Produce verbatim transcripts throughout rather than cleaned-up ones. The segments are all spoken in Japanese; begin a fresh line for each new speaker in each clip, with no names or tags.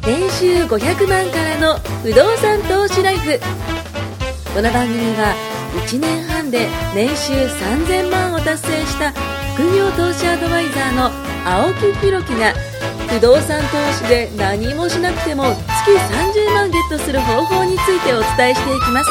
年収ごひゃくまんからの不動産投資ライフ。この番組はいちねんはんで年収さんぜんまんを達成した副業投資アドバイザーの青木弘樹が不動産投資で何もしなくても月さんじゅうまんゲットする方法についてお伝えしていきます。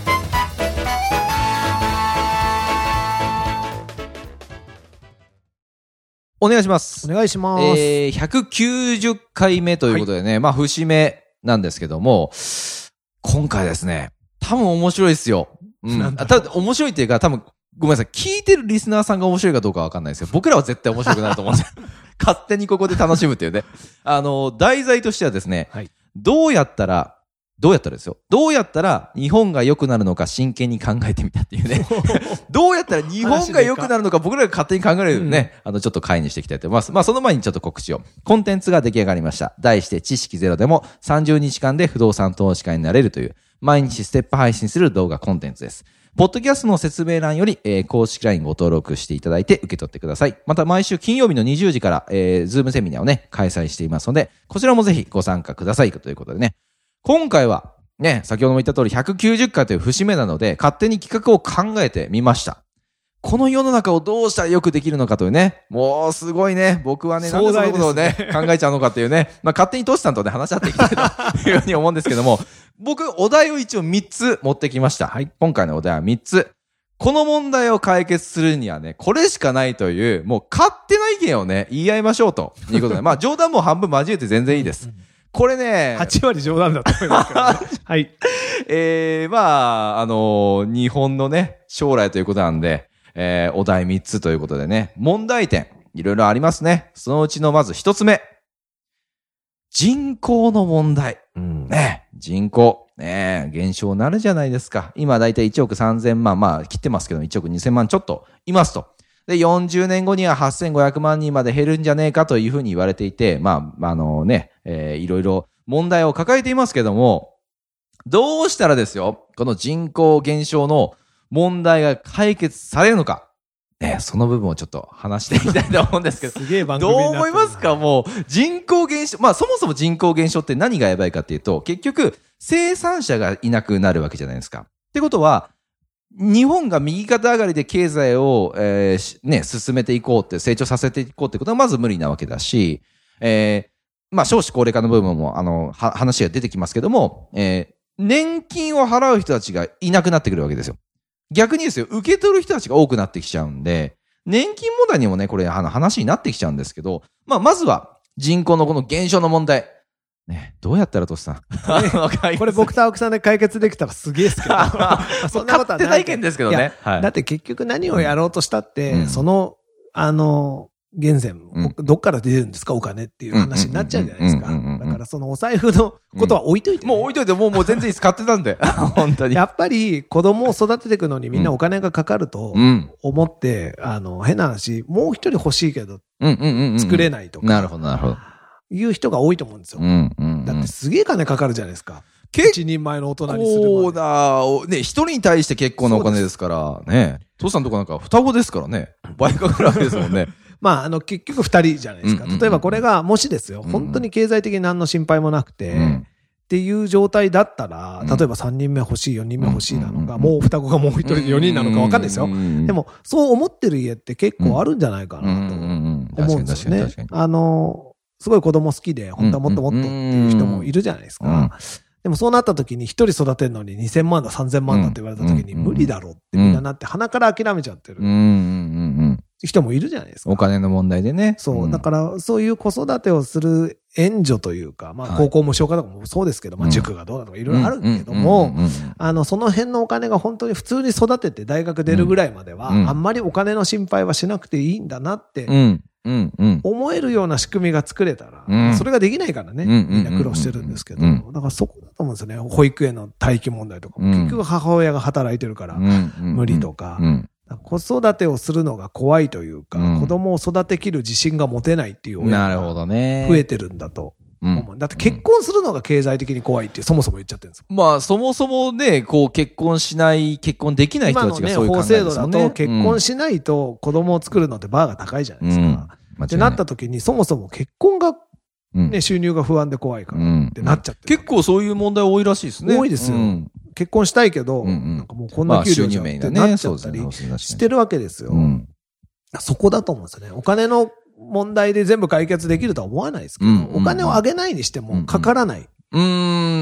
お願いします。
お願いします。
えー、ひゃくきゅうじゅっかいめということでね、はい、まあ節目なんですけども、今回ですね、多分面白いですよ。うん。ただ面白いっていうか、多分ごめんなさい、聞いてるリスナーさんが面白いかどうかわかんないですけど、僕らは絶対面白くなると思うんですよ。勝手にここで楽しむっていうね。あの、題材としてはですね、はい、どうやったら、どうやったらですよ。どうやったら日本が良くなるのか真剣に考えてみたっていうね。どうやったら日本が良くなるのか僕らが勝手に考えるね、うん、あの、ちょっと回にしていきたいと思います。まあ、その前にちょっと告知を。コンテンツが出来上がりました。題して知識ゼロでもさんじゅうにちかんで不動産投資家になれるという、毎日ステップ配信する動画コンテンツです。ポッドキャストの説明欄より、えー、公式 ライン ご登録していただいて受け取ってください。また毎週金曜日のにじゅうじから、えー、ズームセミナーをね、開催していますので、こちらもぜひご参加くださいということでね。今回は、ね、先ほども言った通りひゃくきゅうじゅっかいという節目なので、勝手に企画を考えてみました。この世の中をどうしたらよくできるのかというね、もうすごいね、僕はね、なんでそのことをね、考えちゃうのかっていうね、まあ勝手にトシさんとね、話し合っていきたいというふうに思うんですけども、僕、お題を一応みっつ持ってきました。はい。今回のお題はみっつ。この問題を解決するにはね、これしかないという、もう勝手な意見をね、言い合いましょうということで、まあ冗談も半分交えて全然いいです。これね。
はちわり冗談だと思いますからね。はい。
えー、まあ、あのー、日本のね、将来ということなんで、えー、お題みっつということでね、問題点、いろいろありますね。そのうちのまずひとつめ。人口の問題。うん、ね、人口。ね、減少になるじゃないですか。今だいたいいちおくさんぜんまん、まあ切ってますけど、いちおくにせんまんちょっといますと。で、よんじゅうねんごにははっせんごひゃくまんにんまで減るんじゃねえかというふうに言われていて、まあ、あのね、えー、いろいろ問題を抱えていますけども、どうしたらですよ、この人口減少の問題が解決されるのか。ね、その部分をちょっと話していきたいと思うんですけど。
すげえ番組になってる。
どう思いますか？もう、人口減少、まあそもそも人口減少って何がやばいかっていうと、結局、生産者がいなくなるわけじゃないですか。ってことは、日本が右肩上がりで経済を、えー、ね、進めていこうって、成長させていこうってことはまず無理なわけだし、えー、まあ少子高齢化の部分も、あの、は、話が出てきますけども、えー、年金を払う人たちがいなくなってくるわけですよ。逆にですよ、受け取る人たちが多くなってきちゃうんで、年金問題にもね、これ、あの、話になってきちゃうんですけど、まあ、まずは、人口のこの減少の問題。ね、どうやったらトシさん。
これ僕と青木さんで解決できたらすげえですけど。
そんなことはない。勝手な意見ですけどね。
はい、だって結局何をやろうとしたって、うん、その、あの、源泉、うん、どっから出るんですかお金っていう話になっちゃうじゃないですか。だからそのお財布のことは置いといて、ね
うん。もう置いといて、もうもう全然いいです。買ってたんで。本当に。
やっぱり子供を育てていくのにみんなお金がかかると思って、うん、あの、変な話、もう一人欲しいけど、作れないとか。
なるほど、なるほど。
いう人が多いと思うんですよ。うんうんうん、だってすげえ金かかるじゃないですか。一人前の大人にする
そうだ。ね、一人に対して結構なお金ですから、ね。父さんとこなんか双子ですからね。倍かかるわけですもんね。
まあ、あの、結局二人じゃないですか。例えばこれが、もしですよ、本当に経済的に何の心配もなくて、うん、っていう状態だったら、例えばさんにんめ欲しい、よにんめ欲しいなのか、もう双子がもう一人でよにんなのかわかんないですよ。でも、そう思ってる家って結構あるんじゃないかなと思うんですよね。あの、すごい子供好きで、本当はもっともっとっていう人もいるじゃないですか。でもそうなった時に一人育てるのににせんまんだ、さんぜんまんだって言われた時に無理だろうってみんななって鼻から諦めちゃってる人もいるじゃないですか。
お金の問題でね。
そう。だからそういう子育てをする援助というか、まあ高校無償化とかもそうですけど、まあ塾がどうだとかいろいろあるけども、あの、その辺のお金が本当に普通に育てて大学出るぐらいまでは、あんまりお金の心配はしなくていいんだなって、うんうん、思えるような仕組みが作れたら、うん、それができないからね、みんな苦労してるんですけど、うん、だからそこだと思うんですよね。保育園の待機問題とかも、うん、結局母親が働いてるから、無理とか、うんうんうん、子育てをするのが怖いというか、うん、子供を育てきる自信が持てないっていう親が増えてるんだと。うん、だって結婚するのが経済的に怖いってそもそも言っちゃってるんですよ。
まあそもそもね、こう結婚しない、結婚できない人たちがそういう考えですよね。
今のね、法制度だと結婚しないと子供を作るのってバーが高いじゃないですか。うん、ってなった時にそもそも結婚が
うん
ね、収入が不安で怖いからってなっちゃってる、
結構そういう問題多いらしいですね。
多いですよ。うん、結婚したいけど、うんうん、なんかもうこんな給料じゃんってなっちゃったりしてるわけですよ。うん、そこだと思うんですよね。お金の問題で全部解決できるとは思わないですけど、うんうんうん、お金を上げないにしてもかからない。
うん、うん、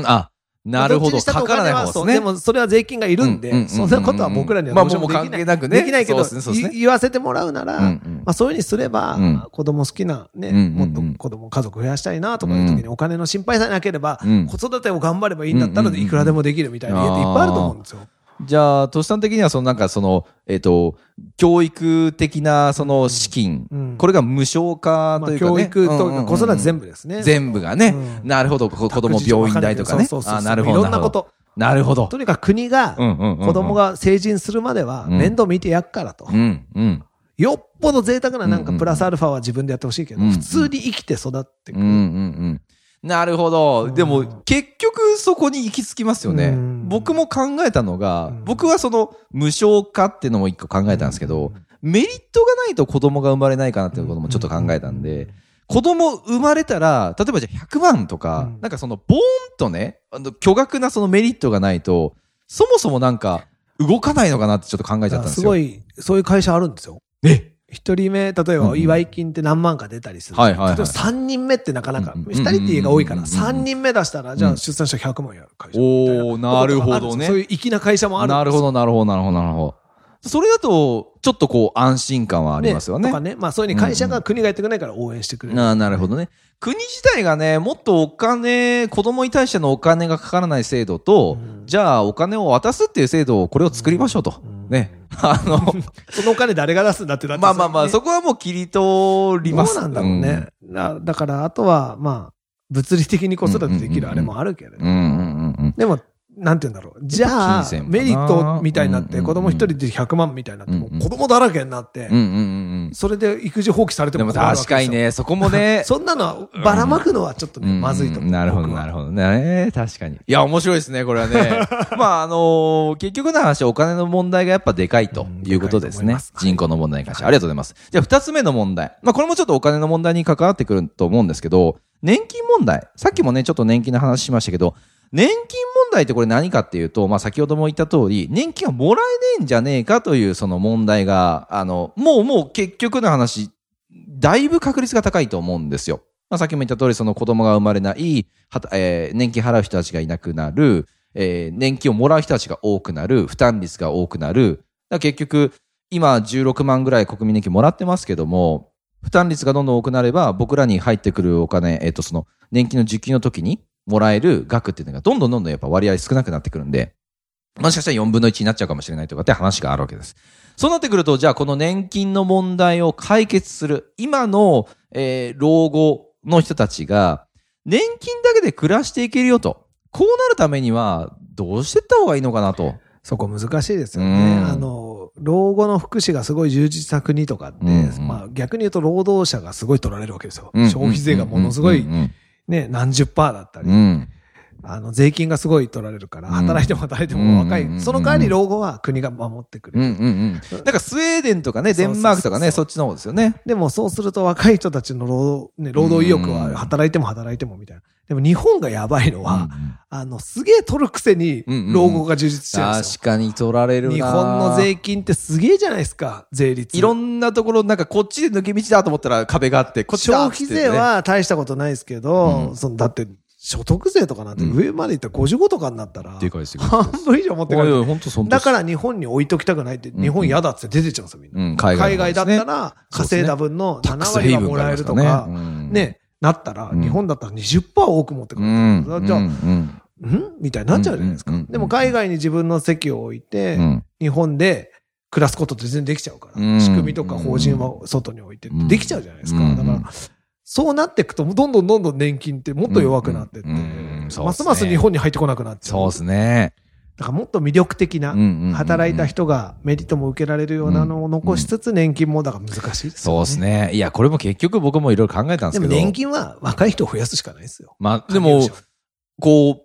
あ、なるほど。かからない方ですね。
でもそれは税金がいるんで、うんうんうんうん、そんなことは僕らにはどうしようもできない。まあもう関係なくね。できないけど、ねね、言わせてもらうなら、うんうん、まあそういうふうにすれば、うん、子供好きなね、うんうんうん、もっと子供家族増やしたいなとかいう時にお金の心配さえなければ、うん、子育てを頑張ればいいんだったらいくらでもできるみたいな家っていっぱいあると思うんですよ。
じゃあ、都市さん的には、そのなんかその、えっと、教育的なその資金、うん、これが無償化というかね。
まあ、教育と子育て全部ですね。
全部がね。うん、なるほど。子供病院代とかね。
そうそうそうあ、なるほど。いろんなこと。
なるほど。
とにかく国が、子供が成人するまでは面倒見てやっからと。うんうん、よっぽど贅沢ななんかプラスアルファは自分でやってほしいけど、うんうん、普通に生きて育ってくる。うんうんうん
なるほど。うん、でも、結局そこに行き着きますよね。うん、僕も考えたのが、うん、僕はその無償化っていうのも一個考えたんですけど、うん、メリットがないと子供が生まれないかなっていうこともちょっと考えたんで、うん、子供生まれたら、例えばじゃあひゃくまんとか、うん、なんかそのボーンとね、あの巨額なそのメリットがないと、そもそもなんか動かないのかなってちょっと考えちゃったんですよ。
すごい、そういう会社あるんですよ。
え
一人目、例えば、祝い金って何万か出たりする。はいはいはい。例えば三人目ってなかなか、二人って家が多いから、三人目出したら、じゃあ出産者ひゃくまんやる会社。
おー、なるほどね。
そういう粋な会社もあるんですよ。
なるほど、なるほど、なるほど、なるほど。それだと、ちょっとこう、安心感はありますよね。
とかね。まあ、そういうふうに会社が国がやってくれないから応援してくれる。
ああ、なるほどね。国自体がね、もっとお金、子供に対してのお金がかからない制度と、じゃあお金を渡すっていう制度を、これを作りましょうと。ね。あの、
そのお金誰が出すんだってなって、
ね、まあまあまあ、そこはもう切り取ります。
そうなんだろうね。うん、だから、あとは、まあ、物理的に子育てできるあれもあるけれど。でも、なんて言うんだろう。じゃあ、メリットみたいになって、子供一人でひゃくまんみたいになって、もう子供だらけになって、それで育児放棄されても
困るわけですよ。でも確かにね、そこもね。
そんなのはばらまくのはちょっとね、まずいと思う。
なるほど、なるほどね。確かに。いや、面白いですね、これはね。まあ、あの、結局の話、お金の問題がやっぱでかいということですね。人口の問題に関して。ありがとうございます。じゃあ、二つ目の問題。まあ、これもちょっとお金の問題に関わってくると思うんですけど、年金問題。さっきもね、ちょっと年金の話しましたけど、年金問題ってこれ何かっていうと、まあ、先ほども言った通り、年金はもらえねえんじゃねえかというその問題が、あの、もうもう結局の話、だいぶ確率が高いと思うんですよ。まあ、さっきも言った通り、その子供が生まれない、はた、えー、年金払う人たちがいなくなる、えー、年金をもらう人たちが多くなる、負担率が多くなる。だ結局、今じゅうろくまんぐらい国民年金もらってますけども、負担率がどんどん多くなれば、僕らに入ってくるお金、えっと、その、年金の受給の時に、もらえる額っていうのがどんどんどんどんやっぱ割合少なくなってくるんで、もしかしたらよんぶんのいちになっちゃうかもしれないとかって話があるわけです。そうなってくると、じゃあこの年金の問題を解決する、今の、えー、老後の人たちが、年金だけで暮らしていけるよと。こうなるためには、どうしていった方がいいのかなと。
そこ難しいですよね。あの、老後の福祉がすごい充実した国とかって、うんうん、まあ逆に言うと労働者がすごい取られるわけですよ。うんうん、消費税がものすごい、うんうんうんね、何十パーだったり、うん、あの、税金がすごい取られるから、働いても働いても若い。うん、その代わり老後は国が守ってくれる。うんうん
うん、なんかスウェーデンとかね、デンマークとかね、そっちの方ですよね。
でもそうすると若い人たちの労働、ね、労働意欲は働いても働いてもみたいな。でも日本がやばいのは、うんうん、あの、すげえ取るくせに老後が充実しちゃうんですよ。
確かに取られるな。
日本の税金ってすげえじゃないですか、税率。
いろんなところ、なんかこっちで抜け道だと思ったら壁があって、こっちだ
消費税は大したことないですけど、うん、そのだって、所得税とかなんて上までいったらごじゅうごとかになったら、でかいですよ。半分以上持ってかれる。だから日本に置いときたくないって、日本嫌だって出てっちゃうんですよ、みんな。うん、海外、海外だったら、稼いだ分のななわりがもらえるとか、ね、なったら、日本だったら にじゅっパーセント 多く持ってくる。じゃあ、んみたいになっちゃうじゃないですか。でも海外に自分の席を置いて、日本で暮らすことって全然できちゃうから、仕組みとか法人は外に置いてできちゃうじゃないですか。だから、そうなっていくと、どんどんどんどん年金ってもっと弱くなってって、ますます日本に入ってこなくなっちゃう。
そうですね。
だからもっと魅力的な、働いた人がメリットも受けられるようなのを残しつつ、年金もだから難しいですよね。
そうですね。いや、これも結局僕もいろいろ考えたんですけど。
でも年金は若い人を増やすしかないですよ。
まあ、でも、こう、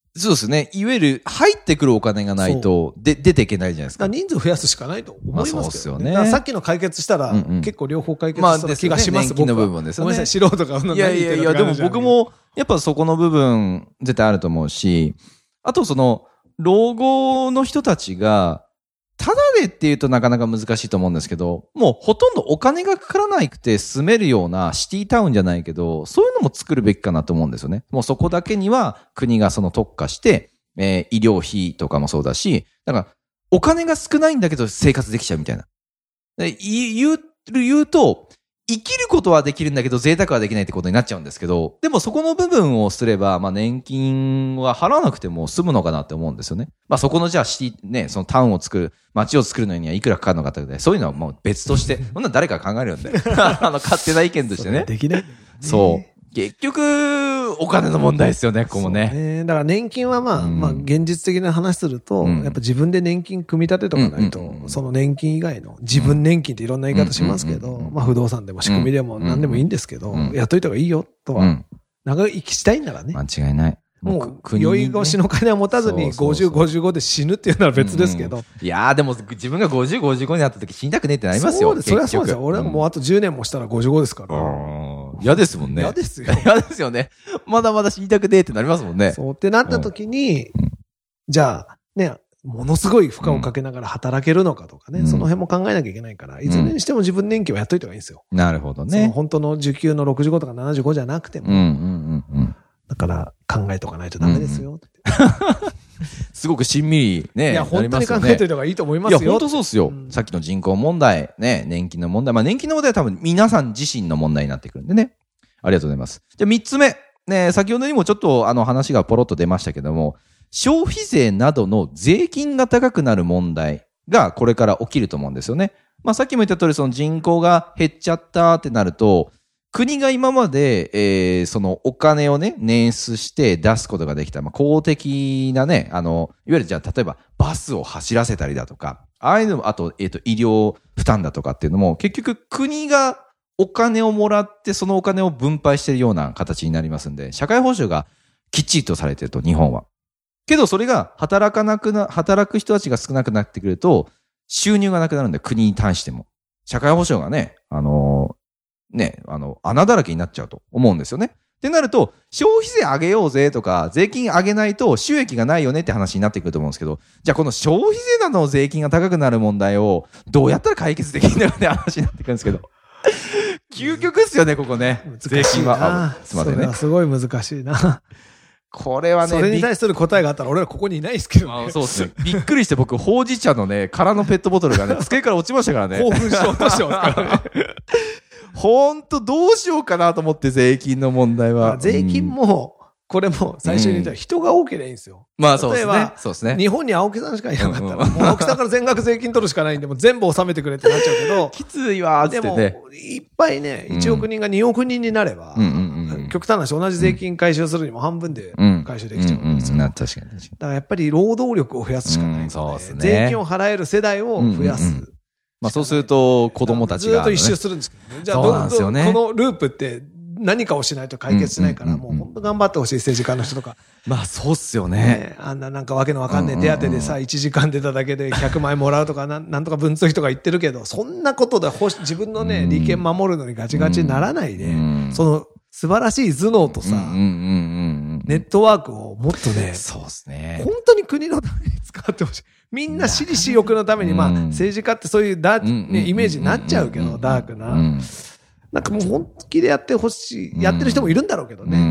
そうですね。いわゆる入ってくるお金がないと、で、出ていけないじゃないですか。
人数増やすしかないと思いますけど、ね。まあ、そうです
よね。
だからさっきの解決したら、うんうん、結構両方解決した気がします。
まあ、年金の部分ですよね。
ごめんなさい、素人が。
いやいやいや、でも僕も、やっぱそこの部分、絶対あると思うし、あとその、老後の人たちが、ただでっていうとなかなか難しいと思うんですけど、もうほとんどお金がかからなくて住めるようなシティタウンじゃないけど、そういうのも作るべきかなと思うんですよね。もうそこだけには国がその特化して、えー、医療費とかもそうだし、だからお金が少ないんだけど生活できちゃうみたいな。で言う、言うと、生きることはできるんだけど贅沢はできないってことになっちゃうんですけど、でもそこの部分をすれば、まあ年金は払わなくても済むのかなって思うんですよね。まあそこのじゃあシティ、ね、そのタウンを作る、街を作るのにはいくらかかるのかって、そういうのはもう別として、そんな誰か考えるんで。あの勝手な意見としてね。
できない、ね。
そう。結局、お金の問題ですよね、ここもね。
ね。だから年金はまあ、うん、まあ現実的な話すると、うん、やっぱ自分で年金組み立てとかないと、うんうん、その年金以外の自分年金っていろんな言い方しますけど、うんうん、まあ不動産でも仕組みでも何でもいいんですけど、うん、やっといた方がいいよとは、うん、長生きしたいんならね。
間違いない。
もう、酔い越しの金は持たずにごじゅう、ごじゅうごで死ぬっていうのは別ですけど。うん、
いやーでも自分がごじゅう、ごじゅうごになった時死にたくねえってなりますよ。
そうです、それはそうですよ。俺はもうあとじゅうねんもしたらごじゅうごですから。
嫌ですもんね。
嫌ですよ。
嫌ですよね。まだまだ死にたくねえってなりますもんね。
そうってなった時に、うん、じゃあ、ね、ものすごい負荷をかけながら働けるのかとかね、うん、その辺も考えなきゃいけないから、いずれにしても自分年金はやっといた方がいいんですよ。
なるほどね。
その本当の受給のろくじゅうごとかななじゅうごじゃなくても。
うんうんうんうん。
だから考えとかないとダメですよ、うん、
すごくしんみりね。
いや、本当に考えておいた方がいいと思いますよ。
いや、本当そうっすよ、うん。さっきの人口問題、ね、年金の問題。まあ年金の問題は多分皆さん自身の問題になってくるんでね。ありがとうございます。じゃあ三つ目。ね、先ほどにもちょっとあの話がポロッと出ましたけども、消費税などの税金が高くなる問題がこれから起きると思うんですよね。まあさっきも言った通りその人口が減っちゃったってなると、国が今まで、えー、そのお金をね、捻出して出すことができた、まあ、公的なね、あの、いわゆるじゃあ、例えばバスを走らせたりだとか、ああいうのも、あと、えっと、医療負担だとかっていうのも、結局国がお金をもらって、そのお金を分配しているような形になりますんで、社会保障がきっちりとされていると、日本は。けど、それが働かなくな、働く人たちが少なくなってくると、収入がなくなるんで、国に対しても。社会保障がね、あのー、ね、あの、穴だらけになっちゃうと思うんですよね。ってなると、消費税上げようぜとか、税金上げないと収益がないよねって話になってくると思うんですけど、じゃあこの消費税などの税金が高くなる問題をどうやったら解決できるんだよって話になってくるんですけど。究極ですよね、ここね。税金は。
すみませんね。すごい難しいな。
これはね。
それに対する答えがあったら俺らここにいないですけどね。
あそうですね。びっくりして僕、ほうじ茶のね、空のペットボトルがね、机から落ちましたからね。
興奮しようとしてますからね。
ほんとどうしようかなと思って税金の問題は。
税金も、これも最初に言ったら人が多ければいいんですよ。
まあそうですね。そうですね。
日本に青木さんしかいなかったら、もう青木さんから全額税金取るしかないんで、もう全部納めてくれってなっちゃうけど。
きついわーってね。
でも、いっぱいね、いちおくにんがにおくにんになれば、極端な話、同じ税金回収するにも半分で回収できちゃうんですよ。
確かに確かに。
だからやっぱり労働力を増やすしかない。
そうですね。
税金を払える世代を増やす。
まあそうすると子供たちが、
ずっと一周するんですけどね。じゃあどんどんこのループって何かをしないと解決しないから、もう本当頑張ってほしい政治家の人とか。
まあそうっすよね。
あんななんかわけのわかんない手当でさ、いちじかん出ただけでひゃくまんえんもらうとか、なんとか文通費とか言ってるけど、そんなことで自分のね、利権守るのにガチガチにならないで、その素晴らしい頭脳とさ、ネットワークをもっとね、
そうですね。
本当に国のために使ってほしい。みんな私利私欲のために、まあ、政治家ってそういうダーク、ね、イメージになっちゃうけど、ダークな。なんかもう本気でやってほしい、やってる人もいるんだろうけどね。
うんうん、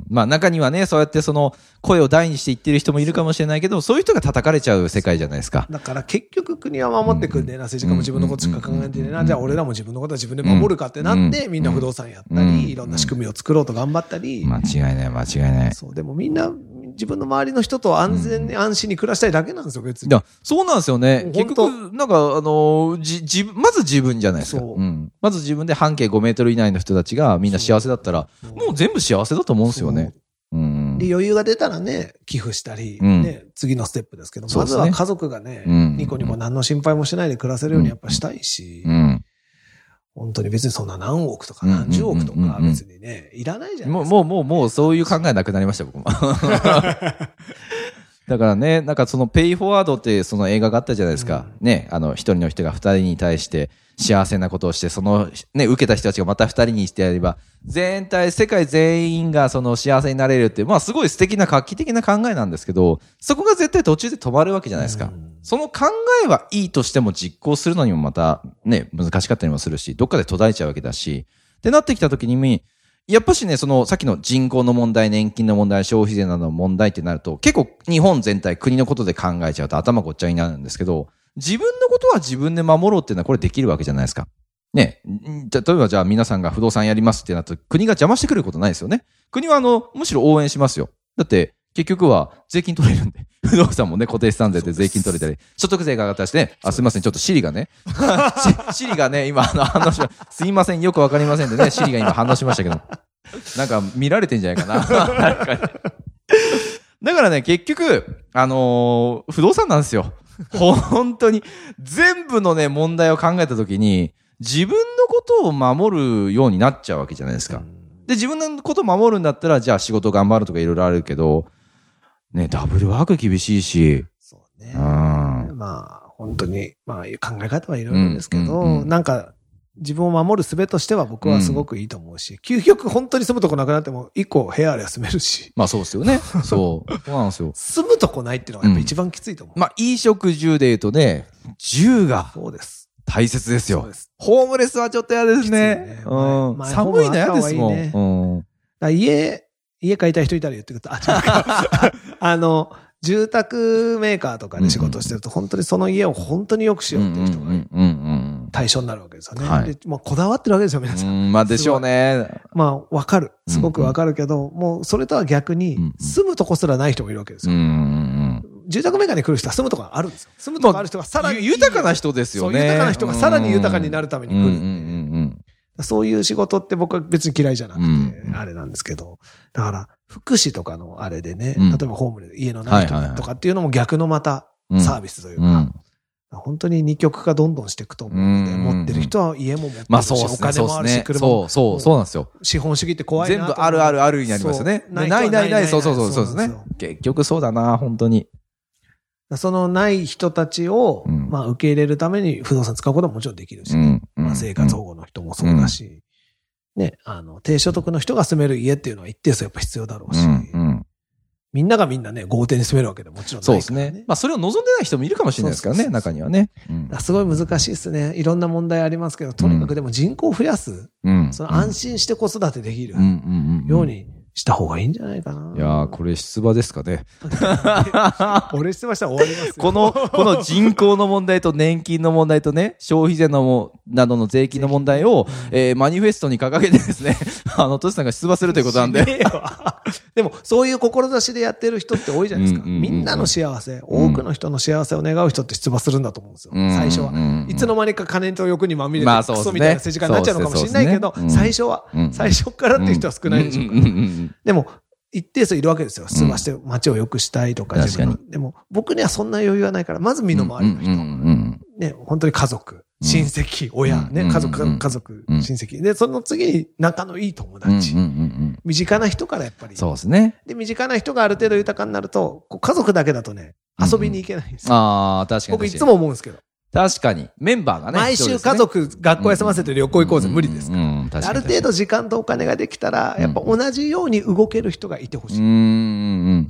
まあ中にはね、そうやってその声を大にして言ってる人もいるかもしれないけど、そういう人が叩かれちゃう世界じゃないですか。
だから結局国は守ってくんねえな、政治家も自分のことしか考えてねえな、じゃあ俺らも自分のことは自分で守るかってなって、みんな不動産やったり、いろんな仕組みを作ろうと頑張ったり。
間違いない間違いない。
そう、でもみんな、自分の周りの人と安全に安心に暮らしたいだけなんですよ、別に。
いや、そうなんですよね。結局、なんか、あの、じ、じ、まず自分じゃないですか。うん。まず自分で半径ごメートル以内の人たちがみんな幸せだったら、もう全部幸せだと思うんですよね。うん。
で、余裕が出たらね、寄付したり、ね、次のステップですけど、まずは家族がね、ニコニコ何の心配もしないで暮らせるようにやっぱしたいし、 本当に別にそんな何億とか何十億とか別にね、いらないじゃないですか。
もう、もう、もう、そういう考えなくなりました、僕も。だからね、なんかそのペイフォワードってその映画があったじゃないですか。うん、ね、あの、一人の人が二人に対して幸せなことをして、そのね、受けた人たちがまた二人にしてやれば、全体、世界全員がその幸せになれるって、まあすごい素敵な画期的な考えなんですけど、そこが絶対途中で止まるわけじゃないですか。うん、その考えはいいとしても実行するのにもまたね、難しかったりもするし、どっかで途絶えちゃうわけだし、ってなってきた時に、やっぱしね、その、さっきの人口の問題、年金の問題、消費税などの問題ってなると、結構日本全体、国のことで考えちゃうと頭ごっちゃになるんですけど、自分のことは自分で守ろうっていうのはこれできるわけじゃないですか。ね。例えばじゃあ皆さんが不動産やりますってなると、国が邪魔してくることないですよね。国はあの、むしろ応援しますよ。だって、結局は税金取れるんで。不動産もね、固定資産税で税金取れたり、所得税が上がったりしてね、あ、すいません、ちょっとシリがね、シリがね、今あの反応しま、すいません、よくわかりませんでね、シリが今反応しましたけど、なんか見られてんじゃないかな。だからね、結局、あのー、不動産なんですよ。本当に。全部のね、問題を考えたときに、自分のことを守るようになっちゃうわけじゃないですか。で、自分のことを守るんだったら、じゃあ仕事頑張るとかいろいろあるけど、ね、ダブルワーク厳しいし。
そうね。うん、まあ、本当に、まあ、考え方はいろいろですけど、うんうんうん、なんか、自分を守る術としては僕はすごくいいと思うし、うん、究極本当に住むとこなくなっても一個部屋あれば住めるし。
まあそうですよね。そう。そうなんですよ。
住むとこないっていうのがやっぱ一番きついと思う。
うん、まあ、衣食住で言うとね、住が。
そうです。
大切ですよ。そうです。ホームレスはちょっと嫌ですね。ね、うん、寒いの嫌ですもん。ね、うん、
だ家、家買いたい人いたら言ってくれた。あ、違うか。あの、住宅メーカーとかで仕事してると、本当にその家を本当に良くしようっていう人が対象になるわけですよね。はい、でまあ、こだわってるわけですよ、皆さん。
うんまあでしょうね。
まあ、わかる。すごくわかるけど、うんうん、もうそれとは逆に、住むとこすらない人もいるわけですよ。うんうん、住宅メーカーに来る人は住むとこがあるんですよ。住むとこがある人がさらにいい、まあ、
豊かな人ですよね。
そう、豊かな人がさらに豊かになるために来るんで。そういう仕事って僕は別に嫌いじゃなくて、うん、あれなんですけど。だから、福祉とかのあれでね、うん、例えばホームで家のない人とかっていうのも逆のまたサービスというか、うん、本当に二極化どんどんしていくと思うので、うん、持ってる人は家も持ってるし、まあそうですね、お金もあるし、車も。
そう、そう、そうなんですよ。
資本主義って怖いな。
全部あるあるあるになりますよね。ないないないない、そうそうそう、そうですね。結局そうだな、本当に。
そのない人たちを、うん、まあ受け入れるために不動産使うことももちろんできるし、ね、うん、まあ生活保護の人もそうだし、うん、ね、あの、低所得の人が住める家っていうのは一定数やっぱ必要だろうし、うんうん、みんながみんなね、豪邸に住めるわけでもちろんないからね。
そうですね。まあそれを望んでない人もいるかもしれないですからね、そうそうそうそう中にはね、
うん。すごい難しいですね。いろんな問題ありますけど、とにかくでも人口を増やす、うん、その安心して子育てできるように、した方がいいんじゃないかな。
いやー、これ出馬ですかね。
俺出馬したら終わりますよ。
この、この人口の問題と年金の問題とね、消費税のも、などの税金の問題を、えー、マニフェストに掲げてですね、あの、トシさんが出馬するということなんで。
でも、そういう志でやってる人って多いじゃないですか。みんなの幸せ、多くの人の幸せを願う人って出馬するんだと思うんですよ。最初は。いつの間にか金と欲にまみれて、クソみたいな政治家になっちゃうのかもしれないけど、最初は、最初からっていう人は少ないでしょうから。でも、一定数いるわけですよ。出馬して街を良くしたいとか。
確かに。
でも、僕にはそんな余裕はないから、まず身の回りの人。ね、本当に家族、親戚、親、ね、家族、家族、親戚。で、その次に仲のいい友達。身近な人からやっぱり。
そうですね。
で、身近な人がある程度豊かになると、家族だけだとね、遊びに行けないんですよ。
ああ、確かに。
僕いつも思うんですけど。
確かに。メンバーがね。
毎週家族、学校休ませて旅行行こうぜ、無理ですから。ある程度時間とお金ができたら、やっぱ同じように動ける人がいてほしい。うん。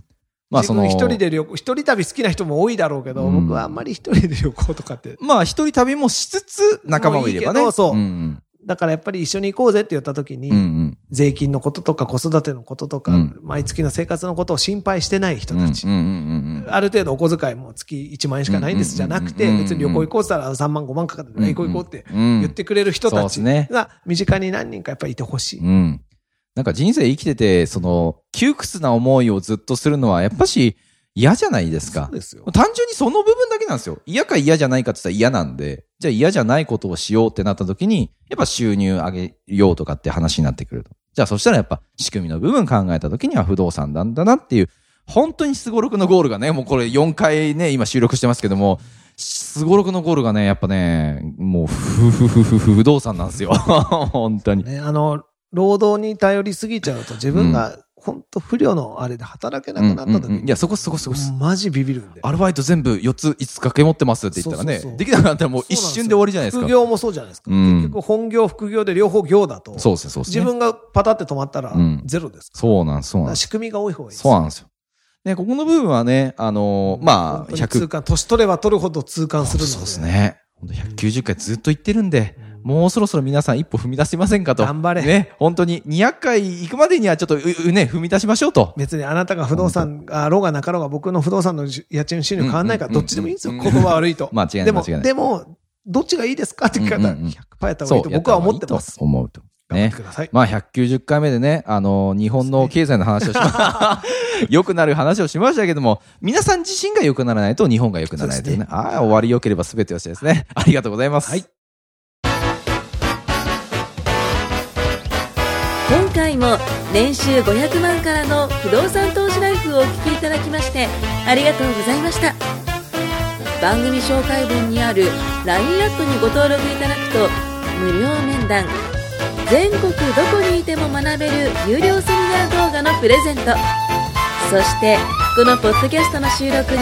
まあその。一人で旅行、一人旅好きな人も多いだろうけど、僕はあんまり一人で旅行とかって。
まあ一人旅もしつつ、仲間もいればね。
そう。だからやっぱり一緒に行こうぜって言った時に、うんうん、税金のこととか子育てのこととか、うん、毎月の生活のことを心配してない人たち。ある程度お小遣いも月いちまんえんしかないんですじゃなくて、別に旅行行こうって言ったらさんまんごまんかかって行こう行こうって言ってくれる人たちが身近に何人かやっぱりいてほしい。うん、
なんか人生生きてて、その窮屈な思いをずっとするのはやっぱし嫌じゃないですか。
そうですよ。
単純にその部分だけなんですよ。嫌か嫌じゃないかって言ったら嫌なんで、じゃあ嫌じゃないことをしようってなった時に、やっぱ収入上げようとかって話になってくると。じゃあそしたらやっぱ仕組みの部分考えた時には不動産なんだなっていう、本当にスゴロクのゴールがね、もうこれよんかいね、今収録してますけども、 すごろくのゴールがね、やっぱね、もう、ふふふふふ不動産なんですよ。本当に。
ね、あの、労働に頼りすぎちゃうと自分が、本当不慮のあれで働けなくなった時に、
うんうんうん、いや、そこそこそこ
マジビビるんで。
アルバイト全部よっつ、いつつ掛け持ってますって言ったらね、そうそうそう、できなくなったらもう一瞬で終わりじゃないですか。
副業もそうじゃないですか。うん、結局本業、副業で両方業だと、
そうですね、そうですね。
自分がパタって止まったらゼロですから、
うん、そうなんです、そうなんです。
仕組みが多い方がいいです。
そうなんですよ。ね、ここの部分はね、あのー、まあ、
ひゃく。痛感、年取れば取るほど痛感するので。
そうですね。本当ひゃくきゅうじゅっかいずっと言ってるんで、うん、もうそろそろ皆さん一歩踏み出しませんかと。
頑張れ。
ね、本当ににひゃっかい行くまでにはちょっとう、うね、踏み出しましょうと。
別にあなたが不動産、あろうがなかろうが僕の不動産の家賃収入変わんないから、どっちでもいいんですよ。言葉悪いと。
間違いない。でも、
でも、どっちがいいですかって聞かれたら、ひゃくパーセント やった方がいいと僕は思ってます。
思うと。ね。
ください。
まあ、ひゃくきゅうじゅっかいめでね、あのー、日本の経済の話をしま、良くなる話をしましたけども、皆さん自身が良くならないと日本が良くならないというね。ああ、終わり良ければ全てよしですね。ありがとうございます。はい。
今回も年収ごひゃくまんからの不動産投資ライフをお聞きいただきましてありがとうございました。番組紹介文にある ライン アットにご登録いただくと無料面談、全国どこにいても学べる有料セミナー動画のプレゼント、そしてこのポッドキャストの収録に先着で無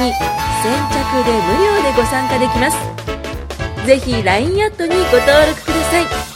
料でご参加できます。ぜひ ライン アットにご登録ください。